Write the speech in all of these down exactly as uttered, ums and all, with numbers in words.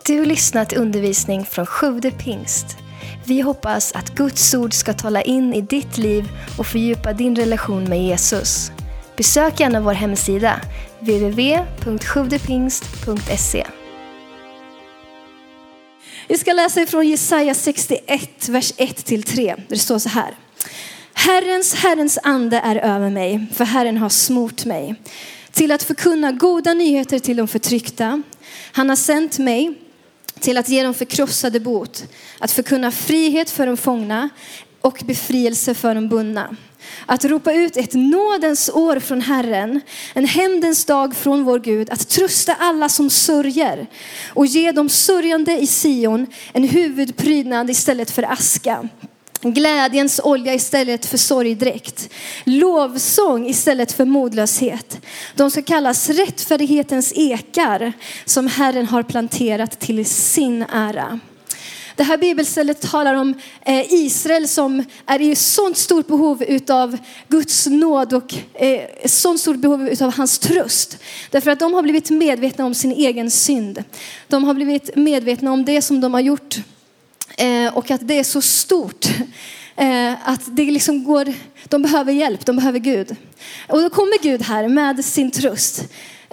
Du har lyssnat till undervisning från Skövde Pingst. Vi hoppas att Guds ord ska tala in i ditt liv och fördjupa din relation med Jesus. Besök gärna vår hemsida w w w punkt skövdepingst punkt se. Vi ska läsa ifrån Jesaja sextioett, vers ett till tre. Det står så här. Herrens, Herrens ande är över mig, för Herren har smort mig till att förkunna goda nyheter till de förtryckta. Han har sänt mig till att ge dem förkrossade bot, att förkunna frihet för de fångna och befrielse för de bundna. Att ropa ut ett nådens år från Herren, en hämndens dag från vår Gud, att trösta alla som sörjer och ge de sörjande i Sion en huvudprydnad istället för aska. Glädjens olja istället för sorgdräkt. Lovsång istället för modlöshet. De ska kallas rättfärdighetens ekar som Herren har planterat till sin ära. Det här bibelstället talar om Israel som är i sånt stort behov utav Guds nåd och sånt stort behov utav hans tröst. Därför att de har blivit medvetna om sin egen synd. De har blivit medvetna om det som de har gjort. Och att det är så stort att det liksom går, de behöver hjälp, de behöver Gud. Och då kommer Gud här med sin tröst.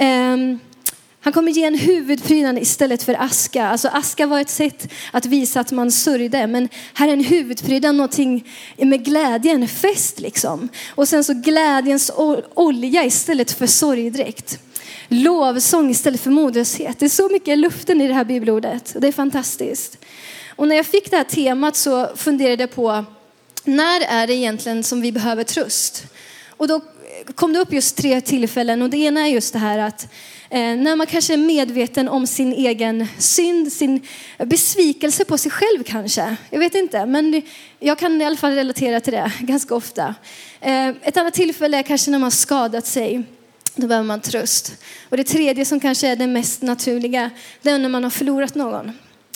Han kommer ge en huvudprydnad istället för aska. Alltså aska var ett sätt att visa att man sörjde. Men här är en huvudprydnad, någonting med glädje, en fest liksom. Och sen så glädjens olja istället för sorgdräkt. Lovsång istället för modlöshet. Det är så mycket luften i det här bibelordet. Det är fantastiskt. Och när jag fick det här temat så funderade jag på, när är det egentligen som vi behöver tröst? Och då kom det upp just tre tillfällen. Och det ena är just det här att eh, när man kanske är medveten om sin egen synd, sin besvikelse på sig själv kanske. Jag vet inte, men jag kan i alla fall relatera till det ganska ofta. Eh, ett annat tillfälle är kanske när man skadat sig. Då behöver man tröst. Och det tredje som kanske är det mest naturliga, det är när man har förlorat någon.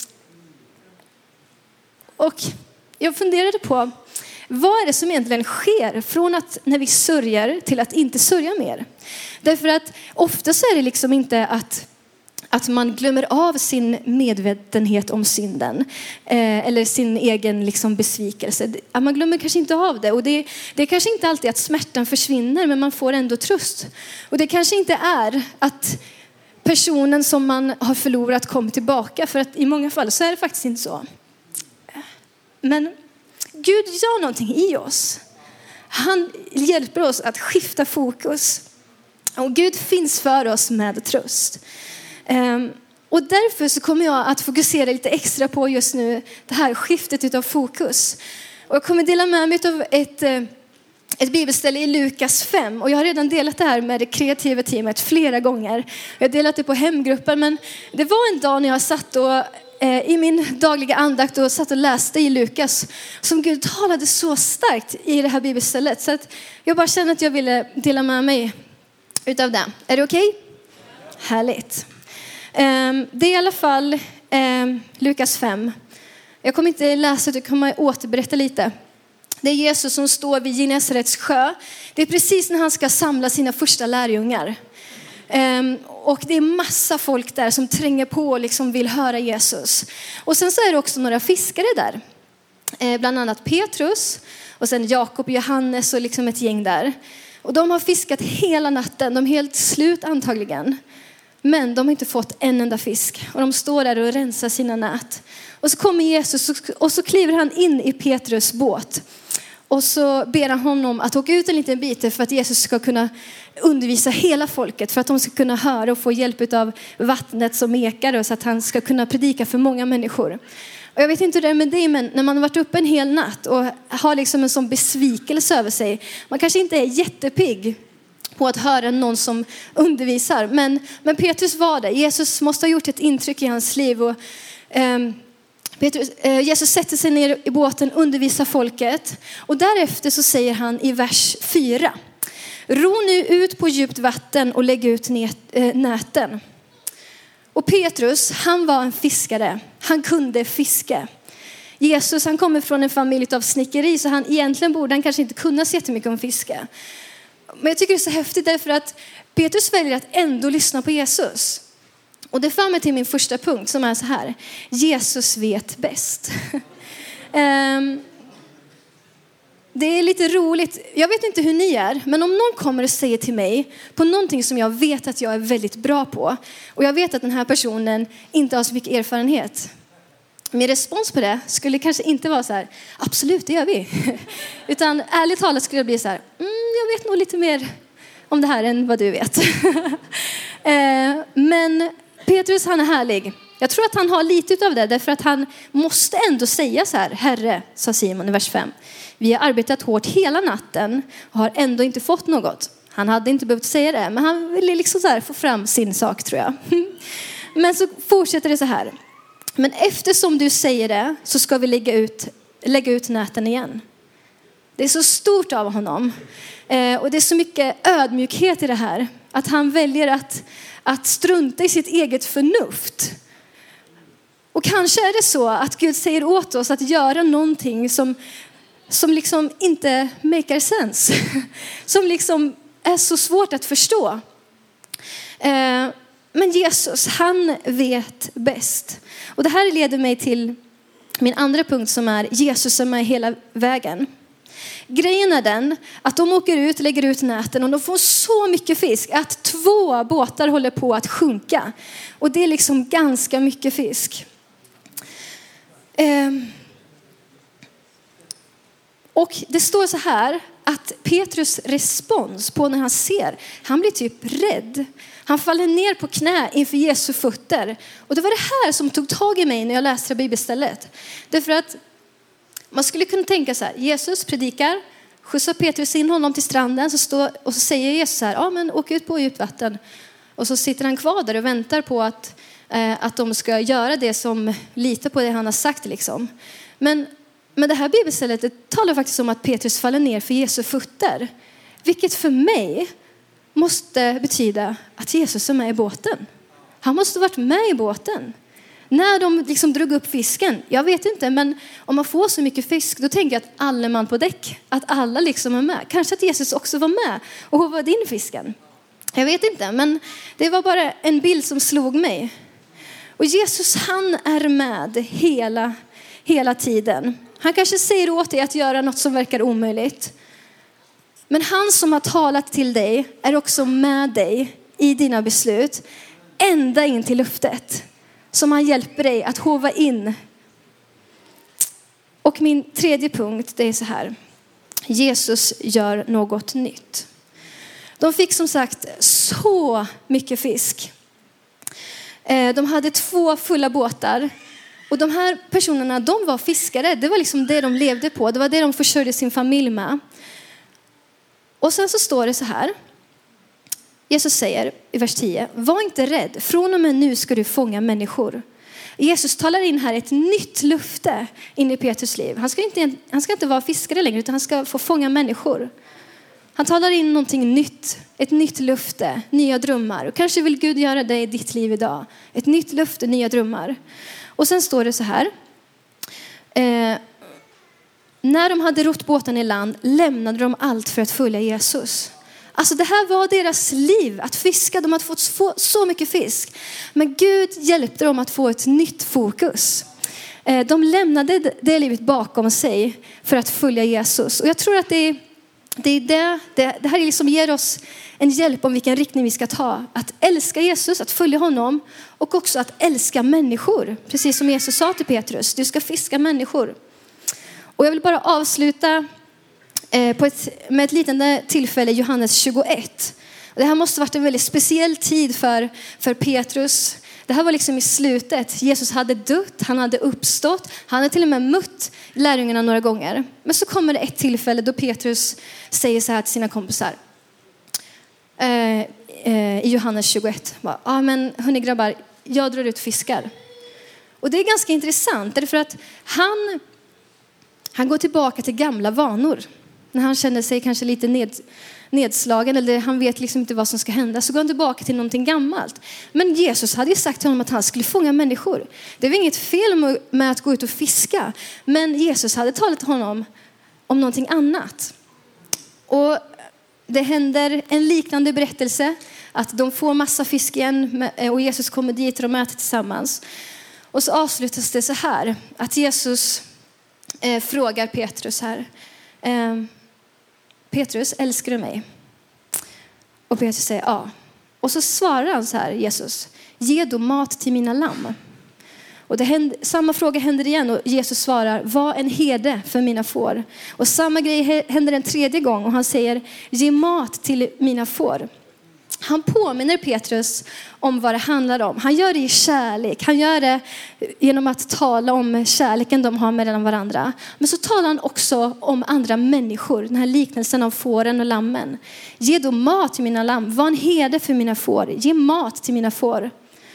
Och jag funderade på, vad är det som egentligen sker från att när vi sörjer till att inte sörja mer? Därför att ofta så är det liksom inte att, att man glömmer av sin medvetenhet om synden. Eh, eller sin egen liksom besvikelse. Man glömmer kanske inte av det. Och det, det är kanske inte alltid att smärtan försvinner, men man får ändå tröst. Och det kanske inte är att personen som man har förlorat kommer tillbaka. För att i många fall så är det faktiskt inte så. Men Gud gör någonting i oss. Han hjälper oss att skifta fokus. Och Gud finns för oss med tröst. Och därför så kommer jag att fokusera lite extra på just nu det här skiftet utav fokus. Och jag kommer dela med mig av ett, ett bibelställe i Lukas fem. Och jag har redan delat det här med det kreativa teamet flera gånger. Jag har delat det på hemgruppen, men det var en dag när jag satt och i min dagliga andakt och satt och läste i Lukas som Gud talade så starkt i det här bibelstället. Så att jag bara kände att jag ville dela med mig utav det. Är det okej? Okay? Härligt. Det är i alla fall Lukas fem. Jag kommer inte läsa det, jag kommer återberätta lite. Det är Jesus som står vid Genesarets sjö. Det är precis när han ska samla sina första lärjungar. Um, och det är massa folk där som tränger på och liksom vill höra Jesus. Och sen så är det också några fiskare där. Eh, bland annat Petrus och sen Jakob och Johannes och liksom ett gäng där. Och de har fiskat hela natten. De är helt slut antagligen. Men de har inte fått en enda fisk. Och de står där och rensar sina nät. Och så kommer Jesus och så kliver han in i Petrus båt. Och så ber han honom att åka ut en liten bit för att Jesus ska kunna undervisa hela folket. För att de ska kunna höra och få hjälp av vattnet som ekar. Så att han ska kunna predika för många människor. Och jag vet inte hur det är med dig, men när man har varit uppe en hel natt och har liksom en sån besvikelse över sig. Man kanske inte är jättepigg på att höra någon som undervisar. Men, men Petrus var det. Jesus måste ha gjort ett intryck i hans liv. Och um, Petrus, eh, Jesus sätter sig ner i båten, undervisar folket. Och därefter så säger han i vers fyra. Ro nu ut på djupt vatten och lägg ut nät, äh, näten. Och Petrus, han var en fiskare. Han kunde fiska. Jesus, han kommer från en familj av snickeri. Så han egentligen borde han kanske inte kunna så jättemycket om fiska. Men jag tycker det är så häftigt därför att Petrus väljer att ändå lyssna på Jesus. Och det för mig till min första punkt som är så här. Jesus vet bäst. um, det är lite roligt. Jag vet inte hur ni är. Men om någon kommer och säger till mig på någonting som jag vet att jag är väldigt bra på. Och jag vet att den här personen inte har så mycket erfarenhet. Min respons på det skulle kanske inte vara så här. Absolut, det gör vi. Utan ärligt talat skulle det bli så här. Mm, jag vet nog lite mer om det här än vad du vet. uh, men... Petrus, han är härlig. Jag tror att han har lite av det därför att han måste ändå säga så här. Herre, sa Simon i vers fem. Vi har arbetat hårt hela natten och har ändå inte fått något. Han hade inte behövt säga det, men han ville liksom så här få fram sin sak, tror jag. Men så fortsätter det så här. Men eftersom du säger det så ska vi lägga ut, lägga ut näten igen. Det är så stort av honom. Eh, och det är så mycket ödmjukhet i det här. Att han väljer att, att strunta i sitt eget förnuft. Och kanske är det så att Gud säger åt oss att göra någonting som, som liksom inte makar sense. Som liksom är så svårt att förstå. Eh, men Jesus, han vet bäst. Och det här leder mig till min andra punkt som är Jesus som är hela vägen. Grejen är den att de åker ut, lägger ut näten och de får så mycket fisk att två båtar håller på att sjunka. Och det är liksom ganska mycket fisk. Ehm. Och det står så här att Petrus respons på när han ser, han blir typ rädd. Han faller ner på knä inför Jesu fötter. Och det var det här som tog tag i mig när jag läste bibelstället. Därför att man skulle kunna tänka så här, Jesus predikar, skjutsar Petrus in honom till stranden så står, och så säger Jesus så här, ja men åk ut på djupt vatten. Och så sitter han kvar där och väntar på att, eh, att de ska göra det som litar på det han har sagt liksom. Men, men det här bibelstället det talar faktiskt om att Petrus faller ner för Jesu fötter. Vilket för mig måste betyda att Jesus är med i båten. Han måste ha varit med i båten. När de liksom drog upp fisken, jag vet inte, men om man får så mycket fisk, då tänker jag att alla man på däck, att alla liksom är med. Kanske att Jesus också var med och hovade in fisken. Jag vet inte, men det var bara en bild som slog mig. Och Jesus, han är med hela, hela tiden. Han kanske säger åt dig att göra något som verkar omöjligt. Men han som har talat till dig är också med dig i dina beslut. Ända in till luftet. Som han hjälper dig att hova in. Och min tredje punkt det är så här. Jesus gör något nytt. De fick som sagt så mycket fisk. De hade två fulla båtar. Och de här personerna, de var fiskare. Det var liksom det de levde på. Det var det de försörjde sin familj med. Och sen så står det så här. Jesus säger i vers tio, var inte rädd. Från och med nu ska du fånga människor. Jesus talar in här ett nytt löfte in i Petrus liv. Han ska inte, han ska inte vara fiskare längre utan han ska få fånga människor. Han talar in någonting nytt. Ett nytt löfte, nya drömmar. Och kanske vill Gud göra det i ditt liv idag. Ett nytt löfte, nya drömmar. Och sen står det så här. Eh, när de hade rott båten i land lämnade de allt för att följa Jesus. Alltså det här var deras liv, att fiska. De hade fått få så mycket fisk. Men Gud hjälpte dem att få ett nytt fokus. De lämnade det livet bakom sig för att följa Jesus. Och jag tror att det är det, är det, det, det här liksom ger oss en hjälp om vilken riktning vi ska ta. Att älska Jesus, att följa honom. Och också att älska människor. Precis som Jesus sa till Petrus, du ska fiska människor. Och jag vill bara avsluta På ett, med ett liknande tillfälle i Johannes tjugoett. Det här måste ha varit en väldigt speciell tid för, för Petrus. Det här var liksom i slutet. Jesus hade dött, han hade uppstått. Han hade till och med mött lärjungarna några gånger. Men så kommer det ett tillfälle då Petrus säger så här till sina kompisar. Eh, eh, I Johannes tjugoett. Ja ah, men hörni grabbar, jag drar ut fiskar. Och det är ganska intressant. Därför att han, han går tillbaka till gamla vanor. När han känner sig kanske lite ned, nedslagen eller han vet liksom inte vad som ska hända så går han tillbaka till någonting gammalt. Men Jesus hade ju sagt till honom att han skulle fånga människor. Det var inget fel med att gå ut och fiska. Men Jesus hade talat till honom om någonting annat. Och det händer en liknande berättelse. att de får massa fisk igen och Jesus kommer dit och de äter tillsammans. Och så avslutas det så här, att Jesus eh, frågar Petrus här. Eh, Petrus, älskar du mig? Och Petrus säger ja. Och så svarar han så här, Jesus, ge då mat till mina lamm. Och det händer, samma fråga händer igen och Jesus svarar, var en herde för mina får. Och samma grej händer en tredje gång och han säger, ge mat till mina får. Han påminner Petrus om vad det handlar om. Han gör det i kärlek. Han gör det genom att tala om kärleken de har mellan varandra. Men så talar han också om andra människor. Den här liknelsen av fåren och lammen. Ge då mat till mina lamm. Var en herde för mina får. Ge mat till mina får.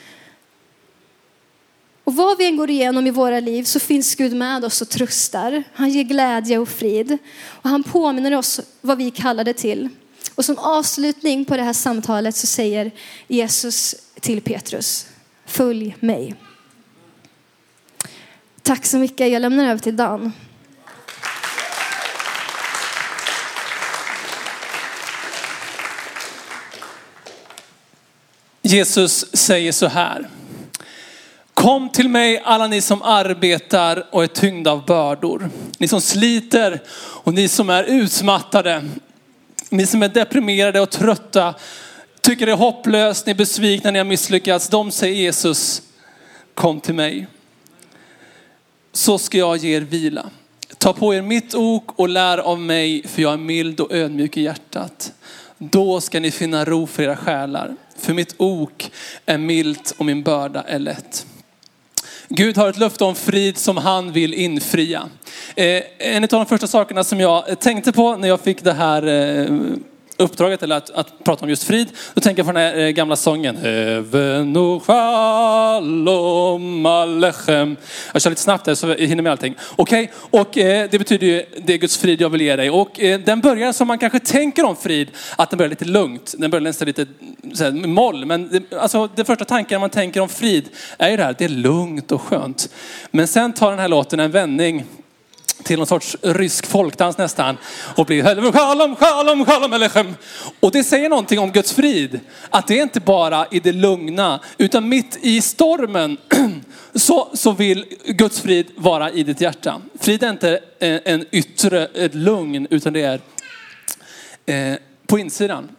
Och vad vi än går igenom i våra liv så finns Gud med oss och tröstar. Han ger glädje och frid. Och han påminner oss vad vi kallar det till. Och som avslutning på det här samtalet så säger Jesus till Petrus, följ mig. Tack så mycket, jag lämnar över till Dan. Jesus säger så här. Kom till mig alla ni som arbetar och är tyngda av bördor. Ni som sliter och ni som är utmattade. Ni som är deprimerade och trötta, tycker det är hopplöst, ni är besvikna, ni har misslyckats. De säger Jesus, kom till mig. Så ska jag ge er vila. Ta på er mitt ok och lär av mig, för jag är mild och ödmjuk i hjärtat. Då ska ni finna ro för era själar. För mitt ok är milt och min börda är lätt. Gud har ett löfte om frid som han vill infria. Eh, en av de första sakerna som jag tänkte på när jag fick det här eh, uppdraget, eller att, att prata om just frid, då tänker jag på den här eh, gamla sången. Hevenu shalom alechem. Jag kör lite snabbt där så jag hinner med allting. Okej, okay? Och eh, det betyder ju, det är Guds frid jag vill ge dig. Och eh, den börjar som man kanske tänker om frid, att den börjar lite lugnt. Den börjar nästan lite så här, moll. Men det, alltså, det första tanken man tänker om frid är ju det här, det är lugnt och skönt. Men sen tar den här låten en vändning till någon sorts rysk folkdans nästan. Och blir shalom, shalom, shalom, alechem. Och det säger någonting om Guds frid. Att det är inte bara i det lugna, utan mitt i stormen så, så vill Guds frid vara i ditt hjärta. Frid är inte en, en yttre ett lugn, utan det är eh, på insidan.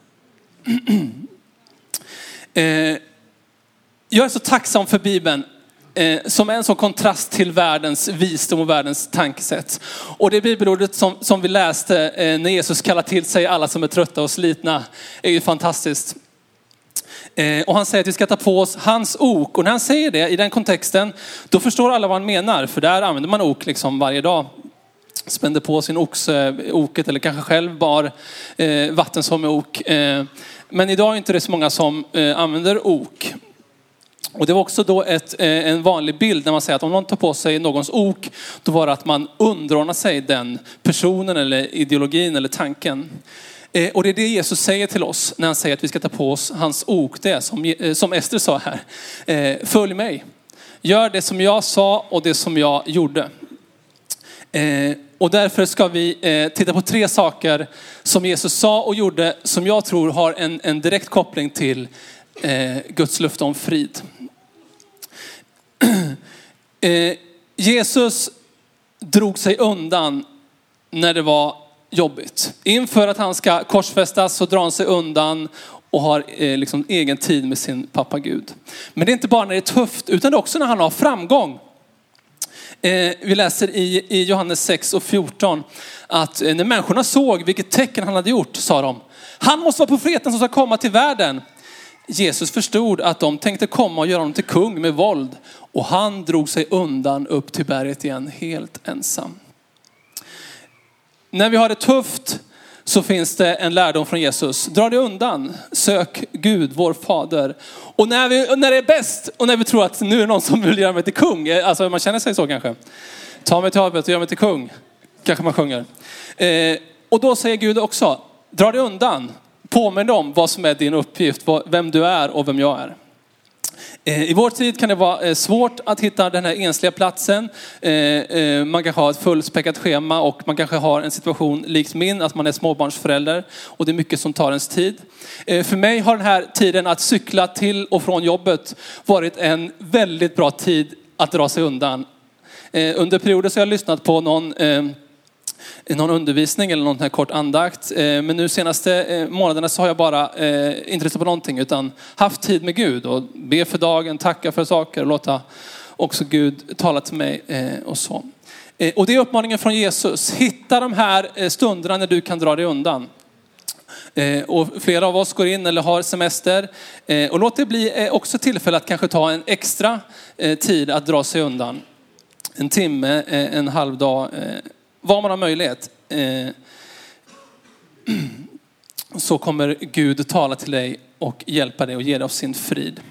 eh, jag är så tacksam för Bibeln. Eh, som är en sån kontrast till världens visdom och världens tankesätt. Och det bibelordet som, som vi läste eh, när Jesus kallar till sig alla som är trötta och slitna är ju fantastiskt. Eh, och han säger att vi ska ta på oss hans ok. Och när han säger det i den kontexten, då förstår alla vad han menar. För där använder man ok liksom varje dag. Spände på sin ox, eh, oket eller kanske själv bar eh, vatten som är ok. Eh, men idag är inte det så många som eh, använder ok. Och det var också då ett, en vanlig bild när man säger att om någon tar på sig någons ok, då var det att man underordnar sig den personen eller ideologin eller tanken. Och det är det Jesus säger till oss när han säger att vi ska ta på oss hans ok. Det är som, som Ester sa här. Följ mig. Gör det som jag sa och det som jag gjorde. Och därför ska vi titta på tre saker som Jesus sa och gjorde som jag tror har en, en direkt koppling till Guds löfte om frid. Jesus drog sig undan när det var jobbigt. Inför att han ska korsfästas så drar han sig undan och har liksom egen tid med sin pappa Gud. Men det är inte bara när det är tufft, utan det är också när han har framgång. Vi läser i, i Johannes sex och fjorton att när människorna såg vilket tecken han hade gjort, sa de: han måste vara profeten som ska komma till världen. Jesus förstod att de tänkte komma och göra honom till kung med våld. Och han drog sig undan upp till berget igen helt ensam. När vi har det tufft så finns det en lärdom från Jesus. Dra dig undan, sök Gud, vår fader. Och när, vi, när det är bäst och när vi tror att nu är det någon som vill göra mig till kung. Alltså man känner sig så kanske. Ta mig till havet och gör mig till kung. Kanske man sjunger. Eh, och då säger Gud också: dra dig undan. Påminn om vad som är din uppgift, vem du är och vem jag är. I vår tid kan det vara svårt att hitta den här ensliga platsen. Man kanske har ett fullspäckat schema och man kanske har en situation likt min, att man är småbarnsförälder och det är mycket som tar ens tid. För mig har den här tiden att cykla till och från jobbet varit en väldigt bra tid att dra sig undan. Under perioder så har jag lyssnat på någon någon undervisning eller någon här kort andakt. Men nu senaste månaderna så har jag bara eh, inte lyssnat på någonting utan haft tid med Gud och be för dagen, tacka för saker och låta också Gud tala till mig eh, och så. Eh, och det är uppmaningen från Jesus. Hitta de här stunderna när du kan dra dig undan. Eh, och flera av oss går in eller har semester. Eh, och låt det bli eh, också tillfälle att kanske ta en extra eh, tid att dra sig undan. En timme, eh, en halv dag. Eh, Vad man har möjlighet, eh, så kommer Gud tala till dig och hjälpa dig och ge dig av sin frid.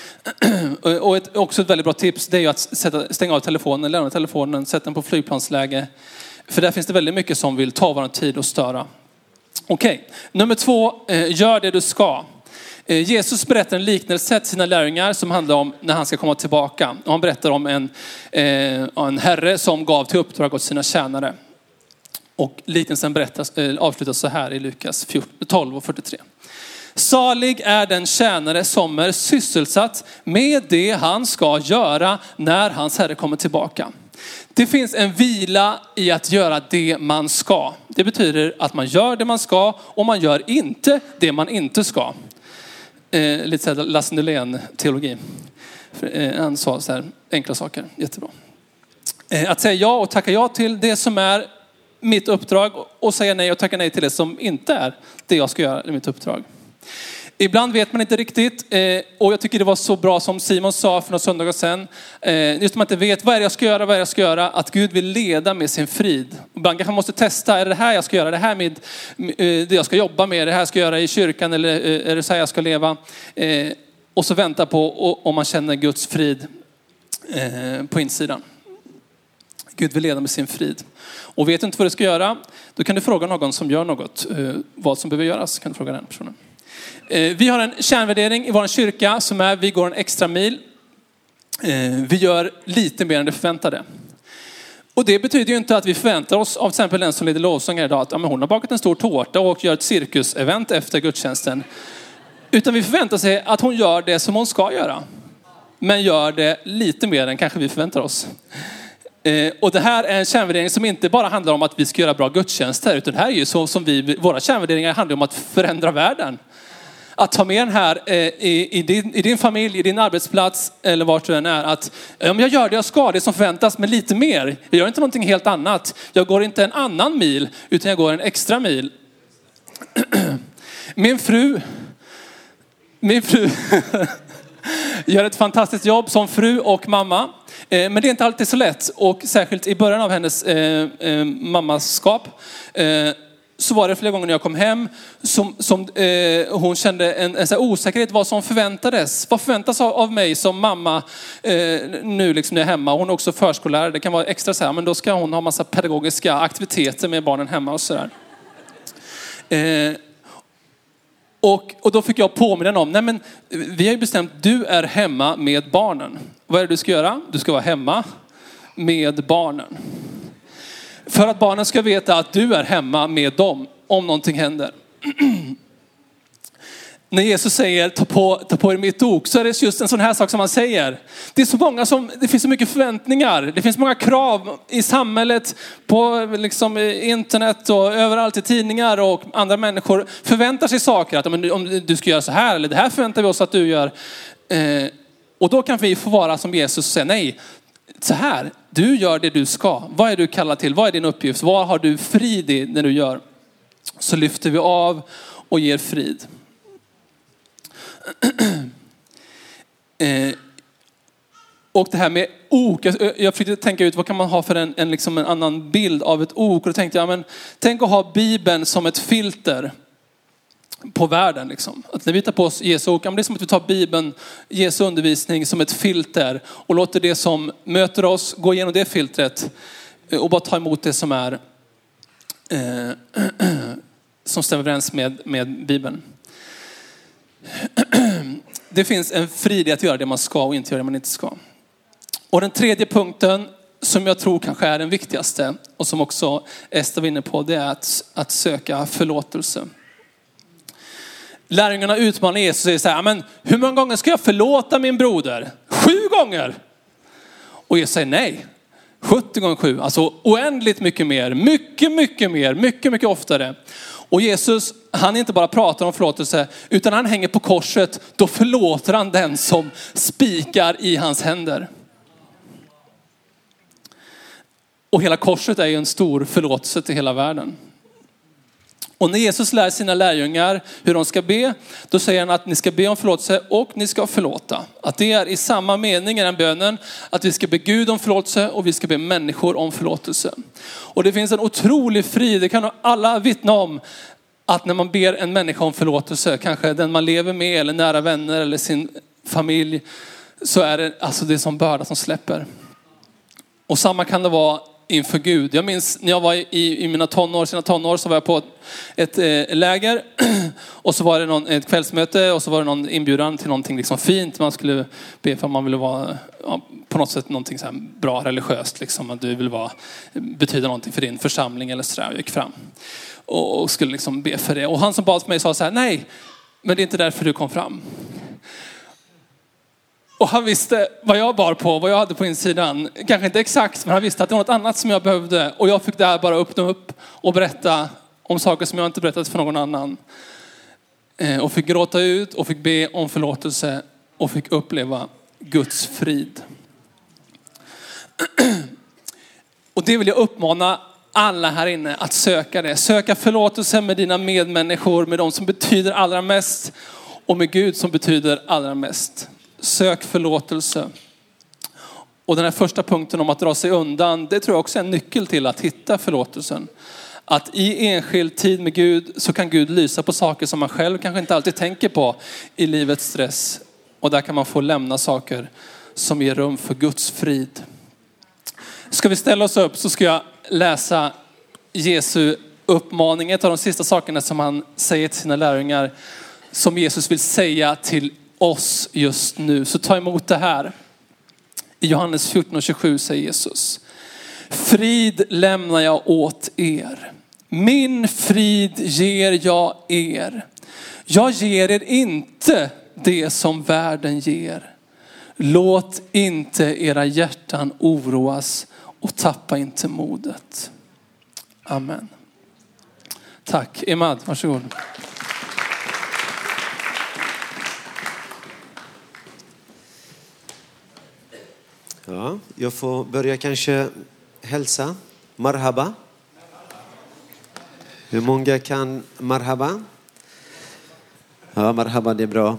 Och ett, också ett väldigt bra tips, det är ju att sätta, stänga av telefonen, lämna telefonen, sätta den på flygplansläge. För där finns det väldigt mycket som vill ta vår tid och störa. Okej, okay. Nummer två, eh, gör det du ska. Eh, Jesus berättar en liknelse till sina lärjungar som handlar om när han ska komma tillbaka. Och han berättar om en, eh, en herre som gav till uppdrag åt sina tjänare. Och liknelsen berättas, eh, avslutas så här i Lukas tolv och fyrtiotre. Salig är den tjänare som är sysselsatt med det han ska göra när hans herre kommer tillbaka. Det finns en vila i att göra det man ska. Det betyder att man gör det man ska och man gör inte det man inte ska. Eh, lite såhär Lasse Nylén-teologi. Eh, han sa så här enkla saker, jättebra. Eh, att säga ja och tacka ja till det som är mitt uppdrag och säga nej och tacka nej till det som inte är det jag ska göra i mitt uppdrag. Ibland vet man inte riktigt eh, och jag tycker det var så bra som Simon sa för några söndagar sedan. Eh, just om man inte vet vad är det jag ska göra, vad är det jag ska göra. Att Gud vill leda med sin frid. Ibland kanske man måste testa, är det här jag ska göra? Det här med eh, det jag ska jobba med? Det här ska jag göra i kyrkan eller eh, är det så här jag ska leva? Eh, och så vänta på och, om man känner Guds frid eh, på insidan. Gud vill leda med sin frid. Och vet du inte vad du ska göra, då kan du fråga någon som gör något. Eh, vad som behöver göras, kan du fråga den personen. Vi har en kärnvärdering i vår kyrka som är vi går en extra mil. Vi gör lite mer än det förväntade. Och det betyder ju inte att vi förväntar oss av till exempel den som leder lovsång här idag att ja, men hon har bakat en stor tårta och gör ett cirkusevent efter gudstjänsten. Utan vi förväntar sig att hon gör det som hon ska göra. Men gör det lite mer än kanske vi förväntar oss. Och det här är en kärnvärdering som inte bara handlar om att vi ska göra bra gudstjänster. Utan det här är ju så som vi, våra kärnvärderingar handlar om att förändra världen. Att ta med den här eh, i, i, din, i din familj, i din arbetsplats eller vart du än är. Att ja, men jag gör det jag ska, det som förväntas, men lite mer. Jag gör inte någonting helt annat. Jag går inte en annan mil, utan jag går en extra mil. Min fru, min fru gör ett fantastiskt jobb som fru och mamma. Eh, men det är inte alltid så lätt. Och särskilt i början av hennes eh, eh, mammaskap. Eh, Så var det flera gånger när jag kom hem som, som eh, hon kände en, en så här osäkerhet vad som förväntades. Vad förväntas av, av mig som mamma eh, nu liksom när jag är hemma. Hon är också förskollärare. Det kan vara extra så här, men då ska hon ha massa pedagogiska aktiviteter med barnen hemma och sådär. Eh, och, och då fick jag påminna om, nej men vi har ju bestämt, du är hemma med barnen. Vad är det du ska göra? Du ska vara hemma med barnen. För att barnen ska veta att du är hemma med dem om någonting händer. När Jesus säger ta på, ta på er mitt ok, så är det just en sån här sak som han säger. Det är så många som, det finns så mycket förväntningar. Det finns många krav i samhället, på liksom internet och överallt i tidningar, och andra människor förväntar sig saker. Att om, om du ska göra så här, eller det här förväntar vi oss att du gör. Eh, och då kan vi få vara som Jesus och säga nej. Så här, du gör det du ska. Vad är du kallad till? Vad är din uppgift? Vad har du frid i när du gör? Så lyfter vi av och ger frid. eh, och det här med ok. Jag, jag försökte tänka ut vad kan man ha för en, en, liksom en annan bild av ett ok. Och då tänkte jag, men tänk att ha Bibeln som ett filter på världen liksom. Att när vi tar på oss Jesu ok, det är som att vi tar Bibeln, Jesu undervisning som ett filter och låter det som möter oss gå igenom det filtret och bara ta emot det som är eh, som stämmer överens med, med Bibeln. det finns en frihet att göra det man ska och inte göra det man inte ska. Och den tredje punkten som jag tror kanske är den viktigaste och som också Ester var inne på, det är att, att söka förlåtelse. Lärjungarna utmanar Jesus och säger så här, men hur många gånger ska jag förlåta min broder? Sju gånger! Och Jesus säger nej. sjuttio gånger sju, alltså oändligt mycket mer. Mycket, mycket mer, mycket, mycket oftare. Och Jesus, han inte bara pratar om förlåtelse, utan han hänger på korset. Då förlåter han den som spikar i hans händer. Och hela korset är ju en stor förlåtelse till hela världen. Och när Jesus lär sina lärjungar hur de ska be, då säger han att ni ska be om förlåtelse och ni ska förlåta. Att det är i samma mening i den bönen, att vi ska be Gud om förlåtelse och vi ska be människor om förlåtelse. Och det finns en otrolig frid, det kan alla vittna om, att när man ber en människa om förlåtelse, kanske den man lever med eller nära vänner eller sin familj, så är det alltså det som börda som släpper. Och samma kan det vara inför Gud. Jag minns när jag var i, i mina tonår, sina tonår, så var jag på ett eh, läger och så var det någon, ett kvällsmöte och så var det någon inbjudan till någonting liksom fint. Man skulle be för att man ville vara ja, på något sätt någonting så här bra religiöst, liksom, att du vill vara, betyda någonting för din församling eller sådär. Jag gick fram och, och skulle liksom be för det. Och han som bad för mig sa så här, nej, men det är inte därför du kom fram. Och han visste vad jag bar på, vad jag hade på insidan. Kanske inte exakt, men han visste att det var något annat som jag behövde. Och jag fick där bara öppna upp och berätta om saker som jag inte berättat för någon annan. Och fick gråta ut och fick be om förlåtelse och fick uppleva Guds frid. Och det vill jag uppmana alla här inne att söka det. Söka förlåtelse med dina medmänniskor, med de som betyder allra mest och med Gud som betyder allra mest. Sök förlåtelse. Och den här första punkten om att dra sig undan, det tror jag också är en nyckel till att hitta förlåtelsen. Att i enskild tid med Gud så kan Gud lysa på saker som man själv kanske inte alltid tänker på i livets stress. Och där kan man få lämna saker som ger rum för Guds frid. Ska vi ställa oss upp så ska jag läsa Jesu uppmaning. Ett av de sista sakerna som han säger till sina lärjungar, som Jesus vill säga till oss just nu. Så ta emot det här. I Johannes fjorton och tjugosju säger Jesus: frid lämnar jag åt er. Min frid ger jag er. Jag ger er inte det som världen ger. Låt inte era hjärtan oroas och tappa inte modet. Amen. Tack. Emad, varsågod. Ja, jag får börja kanske hälsa. Marhaba. Hur många kan marhaba? Ja, marhaba, det är bra.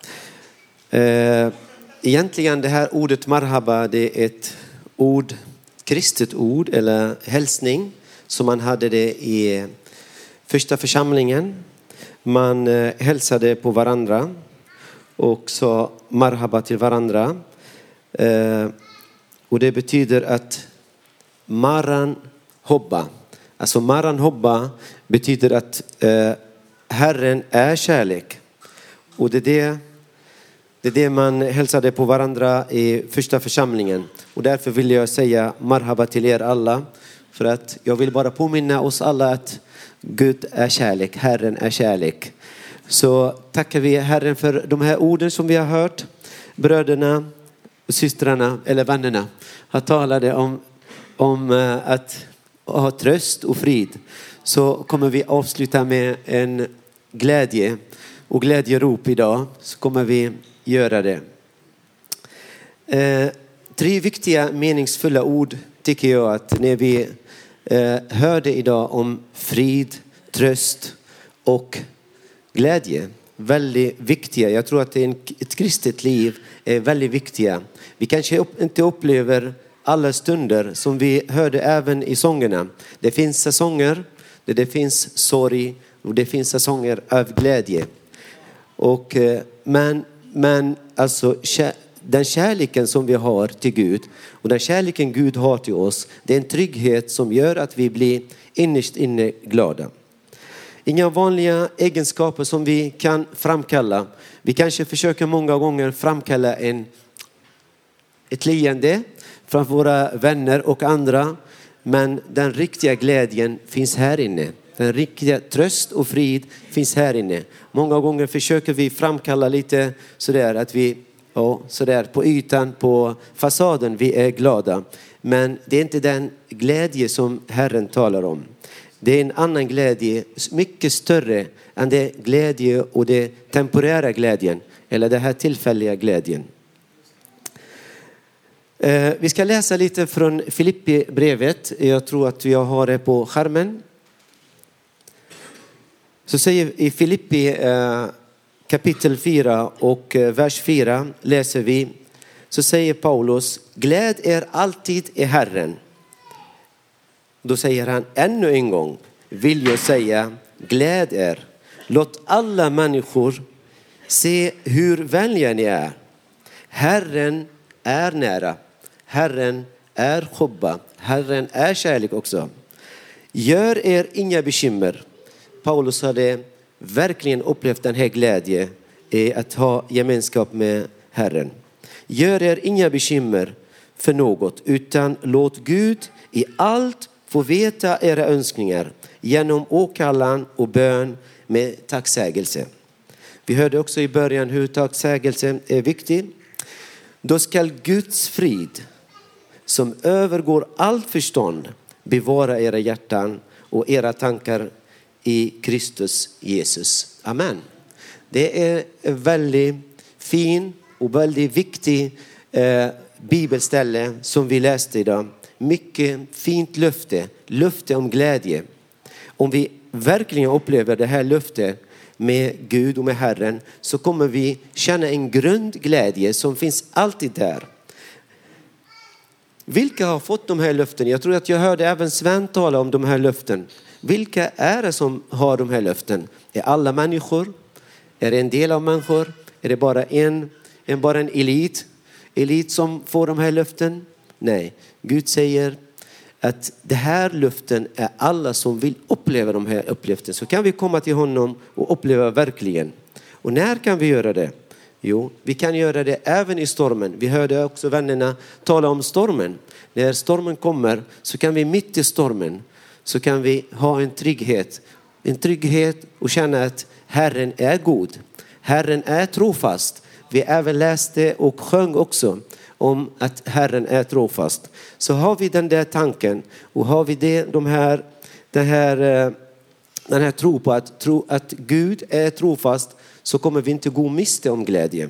Egentligen det här ordet marhaba, det är ett ord, kristet ord eller hälsning som man hade det i första församlingen. Man hälsade på varandra och sa marhaba till varandra. Och det betyder att maran hobba. Alltså maran hobba betyder att eh, Herren är kärlek. Och det är det, det är det man hälsade på varandra i första församlingen. Och därför vill jag säga marhaba till er alla. För att jag vill bara påminna oss alla att Gud är kärlek. Herren är kärlek. Så tackar vi Herren för de här orden som vi har hört. Bröderna och systrarna eller vännerna har talade om, om att ha tröst och frid. Så kommer vi avsluta med en glädje och glädjerop idag. Så kommer vi göra det. Eh, tre viktiga meningsfulla ord tycker jag att när vi eh, hörde idag om frid, tröst och glädje. Väldigt viktiga. Jag tror att en, ett kristet liv är väldigt viktiga. Vi kanske upp, inte upplever alla stunder som vi hörde även i sångerna. Det finns säsonger där det finns sorg och det finns säsonger av glädje. Och, men, men alltså den kärleken som vi har till Gud och den kärleken Gud har till oss, det är en trygghet som gör att vi blir innerst inne glada. Inga vanliga egenskaper som vi kan framkalla. Vi kanske försöker många gånger framkalla en, ett leende från våra vänner och andra. Men den riktiga glädjen finns här inne. Den riktiga tröst och frid finns här inne. Många gånger försöker vi framkalla lite sådär att vi, ja, sådär på ytan, på fasaden, vi är glada. Men det är inte den glädje som Herren talar om. Det är en annan glädje, mycket större än det glädje och det temporära glädjen. Eller det här tillfälliga glädjen. Eh, vi ska läsa lite från Filippi-brevet. Jag tror att jag har det på skärmen. Så säger i Filippi eh, kapitel fyra och eh, vers fyra läser vi. Så säger Paulus, gläd er alltid i Herren. Då säger han ännu en gång, vill jag säga, gläd er. Låt alla människor se hur vänliga ni är. Herren är nära. Herren är hobba. Herren är kärlek också. Gör er inga bekymmer. Paulus hade verkligen upplevt den här glädje i att ha gemenskap med Herren. Gör er inga bekymmer för något, utan låt Gud i allt få veta era önskningar genom åkallan och bön med tacksägelse. Vi hörde också i början hur tacksägelse är viktig. Då ska Guds frid som övergår allt förstånd bevara era hjärtan och era tankar i Kristus Jesus. Amen. Det är en väldigt fin och väldigt viktig eh, bibelställe som vi läste idag. Mycket fint löfte, löfte om glädje. Om vi verkligen upplever det här löftet med Gud och med Herren, så kommer vi känna en grundglädje som finns alltid där. Vilka har fått de här löften? Jag tror att jag hörde även Sven tala om de här löften. Vilka är det som har de här löften? Är alla människor? Är det en del av människor? Är det bara en, en, bara en elit? Elit som får de här löften? Nej, Gud säger att det här löften är alla som vill uppleva de här upplevelserna. Så kan vi komma till honom och uppleva verkligen. Och när kan vi göra det? Jo, vi kan göra det även i stormen. Vi hörde också vännerna tala om stormen. När stormen kommer så kan vi mitt i stormen så kan vi ha en trygghet. En trygghet och känna att Herren är god. Herren är trofast. Vi även läste och sjöng också om att Herren är trofast. Så har vi den där tanken och har vi det, de här, det här, den här tro på att, tro att Gud är trofast, så kommer vi inte gå miste om glädje.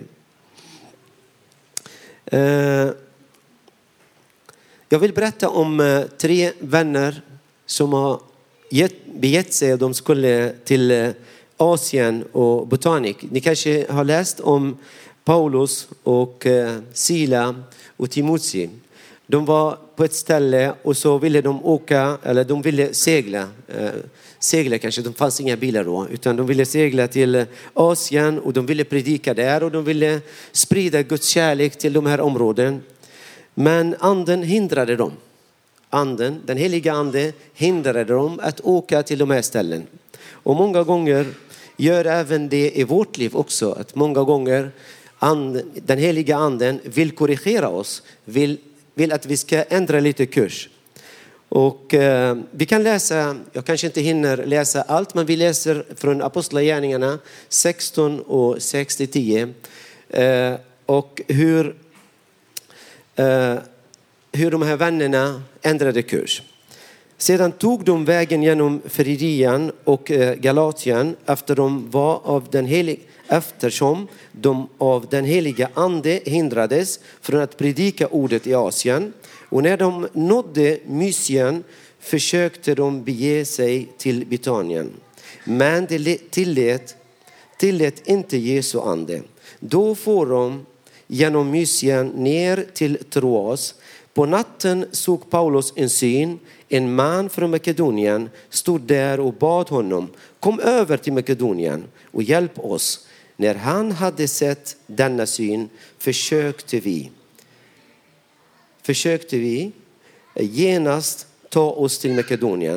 Jag vill berätta om tre vänner som har begett sig. De skulle till Asien och Botanik. Ni kanske har läst om Paulus och Sila och Timothy. De var på ett ställe och så ville de åka, eller de ville segla. Segla kanske, det fanns inga bilar då. Utan de ville segla till Asien och de ville predika där. Och de ville sprida Guds kärlek till de här områden. Men anden hindrade dem. Anden, den heliga ande hindrade dem att åka till de här ställen. Och många gånger gör även det i vårt liv också. Att många gånger anden, den heliga anden vill korrigera oss. Vill, vill att vi ska ändra lite kurs. Och eh, vi kan läsa, jag kanske inte hinner läsa allt, men vi läser från Apostlagärningarna sexton och sex till tio. Eh, och hur, eh, hur de här vännerna ändrade kurs. Sedan tog de vägen genom Frigian och eh, Galatien efter de var av den heliga, eftersom de av den heliga ande hindrades från att predika ordet i Asien. Och när de nådde Mysien försökte de bege sig till Bethanien. Men det tillät, tillät inte Jesu ande. Då får de genom Mysien ner till Troas. På natten såg Paulus en syn. En man från Makedonien stod där och bad honom: kom över till Makedonien och hjälp oss. När han hade sett denna syn försökte vi. Försökte vi genast ta oss till Makedonien.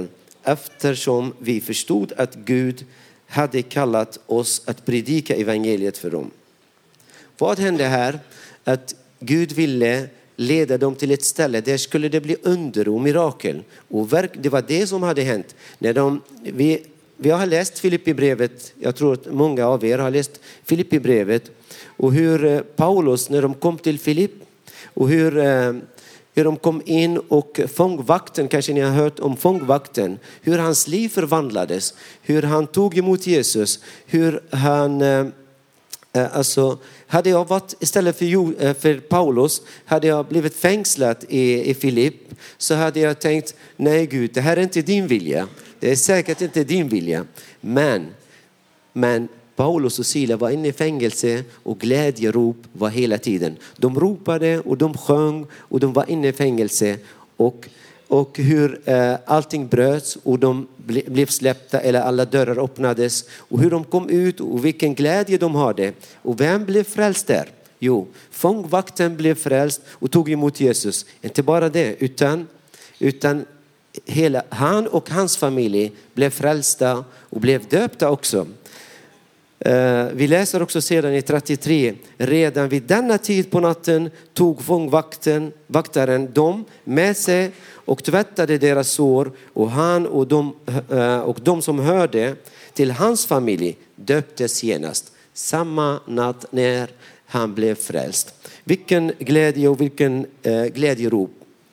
eftersom vi förstod att Gud hade kallat oss att predika evangeliet för dem. Vad hände här? Att Gud ville leda dem till ett ställe där skulle det bli under och mirakel. Och det var det som hade hänt. När de, vi, vi har läst Filippibrevet, jag tror att många av er har läst Filippibrevet. Och hur Paulus, när de kom till Filipp, och hur, hur de kom in och fångvakten, kanske ni har hört om fångvakten. Hur hans liv förvandlades, hur han tog emot Jesus, hur han... Alltså, hade jag varit istället för, för Paulus, hade jag blivit fängslad i, i Filipp, så hade jag tänkt, nej Gud, det här är inte din vilja. Det är säkert inte din vilja. Men, men Paulus och Sila var inne i fängelse och glädjerop var hela tiden. De ropade och de sjöng och de var inne i fängelse. Och, och hur eh, allting bröts och de ble, blev släppta eller alla dörrar öppnades. Och hur de kom ut och vilken glädje de hade. Och vem blev frälst där? Jo, fångvakten blev frälst och tog emot Jesus. Inte bara det, utan, utan hela, han och hans familj blev frälsta och blev döpta också. Uh, vi läser också sedan i trettiotre. Redan vid denna tid på natten tog fångvakten, vaktaren dem med sig och tvättade deras sår. Och han och de, uh, och de som hörde till hans familj döptes genast. Samma natt när han blev frälst. Vilken glädje och vilken uh, glädjerop.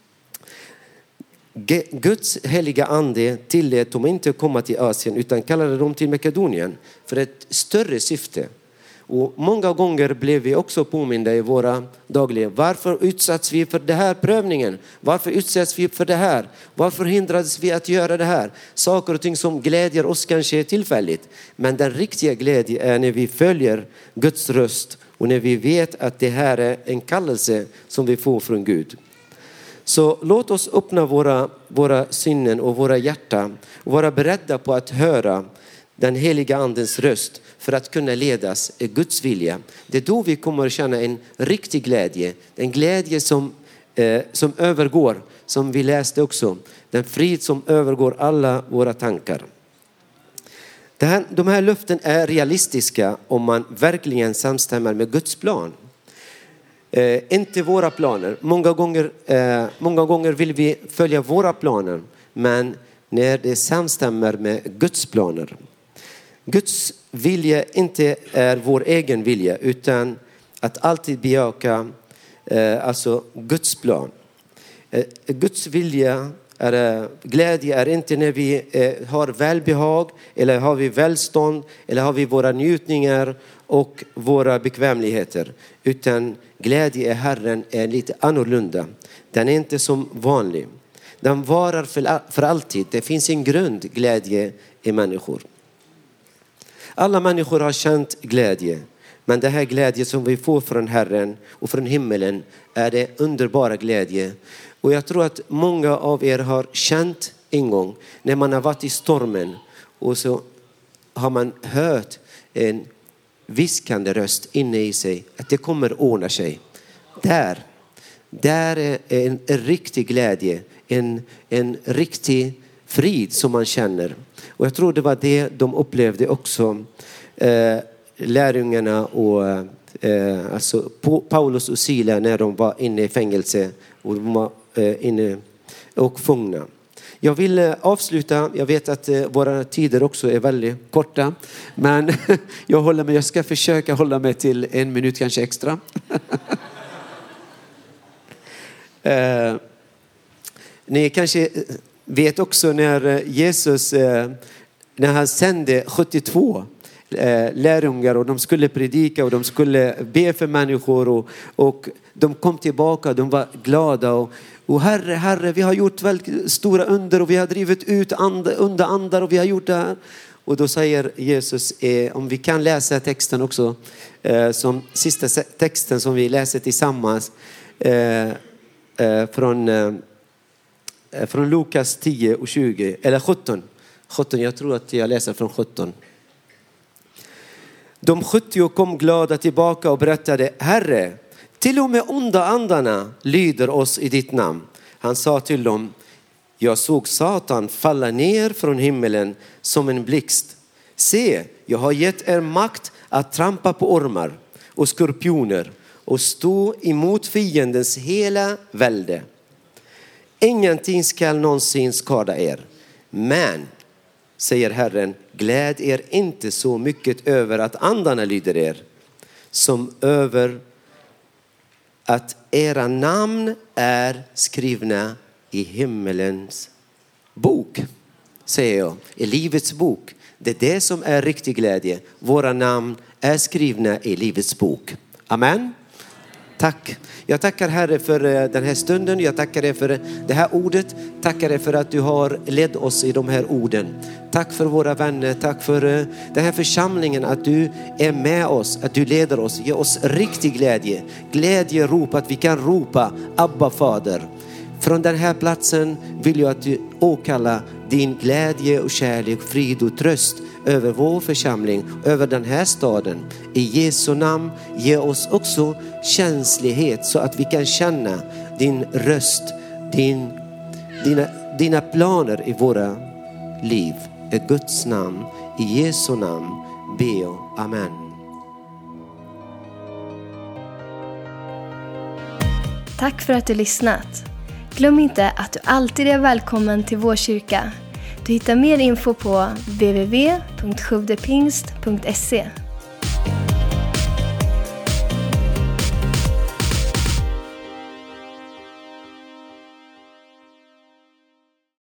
Guds heliga ande tillät dem inte komma till Asien utan kallade dem till Makedonien för ett större syfte. Och många gånger blev vi också påminda i våra dagliga. Varför utsätts vi för det här prövningen? Varför utsätts vi för det här? Varför hindrades vi att göra det här? Saker och ting som glädjer oss kanske tillfälligt. Men den riktiga glädje är när vi följer Guds röst och när vi vet att det här är en kallelse som vi får från Gud. Så låt oss öppna våra, våra sinnen och våra hjärtan och vara beredda på att höra den heliga andens röst för att kunna ledas i Guds vilja. Det är då vi kommer att känna en riktig glädje. En glädje som, eh, som övergår, som vi läste också. Den frid som övergår alla våra tankar. Det här, de här löften är realistiska om man verkligen samstämmer med Guds plan. Eh, inte våra planer. Många gånger, eh, många gånger vill vi följa våra planer. Men när det samstämmer med Guds planer. Guds vilja inte är vår egen vilja. Utan att alltid bejaka eh, alltså Guds plan. Eh, Guds vilja är, glädje är inte när vi eh, har välbehag. Eller har vi välstånd. Eller har vi våra njutningar och våra bekvämligheter. Utan glädje i Herren är lite annorlunda. Den är inte som vanlig. Den varar för, för alltid. Det finns en grund glädje i människor. Alla människor har känt glädje. Men det här glädje som vi får från Herren och från himmelen är det underbara glädje. Och jag tror att många av er har känt en gång när man har varit i stormen. Och så har man hört en viskande röst inne i sig att det kommer ordna sig. Där, där är en, en riktig glädje, en, en riktig frid som man känner. Och jag tror det var det de upplevde också, eh, lärjungarna och eh, alltså Paulus och Sila när de var inne i fängelse och de var eh, inne och fångna. Jag vill avsluta, jag vet att våra tider också är väldigt korta. Men jag, håller mig, jag ska försöka hålla mig till en minut kanske extra. eh, ni kanske vet också när Jesus, eh, när han sände sjuttiotvå eh, lärjungar och de skulle predika och de skulle be för människor. Och, och de kom tillbaka, de var glada och Och herre, herre, vi har gjort väldigt stora under och vi har drivit ut and, onda andar och vi har gjort det här. Och då säger Jesus, eh, om vi kan läsa texten också, eh, som sista texten som vi läser tillsammans, eh, eh, från, eh, från Lukas tio och tjugo, eller sjutton. sjutton, jag tror att jag läser från sjutton. De sjuttio kom glada tillbaka och berättade, Herre, till och med onda andarna lyder oss i ditt namn. Han sa till dem, Jag såg Satan falla ner från himmelen som en blixt. Se, jag har gett er makt att trampa på ormar och skorpioner och stå emot fiendens hela välde. Ingenting ska någonsin skada er. Men, säger Herren, gläd er inte så mycket över att andarna lyder er, som över att era namn är skrivna i himmelens bok, säger jag, i livets bok. Det är det som är riktig glädje. Våra namn är skrivna i livets bok. Amen. Tack. Jag tackar Herre för den här stunden. Jag tackar dig för det här ordet. Tackar dig för att du har lett oss i de här orden. Tack för våra vänner. Tack för den här församlingen. Att du är med oss. Att du leder oss. Ge oss riktig glädje. Glädje rop. Att vi kan ropa Abba Fader. Från den här platsen vill jag att du åkallar din glädje och kärlek, frid och tröst över vår församling, över den här staden. I Jesu namn, ge oss också känslighet så att vi kan känna din röst, din, dina, dina planer i våra liv. I Guds namn, i Jesu namn, be jag. Amen. Tack för att du lyssnat. Glöm inte att du alltid är välkommen till vår kyrka. Du hittar mer info på w w w punkt skövdepingst punkt se.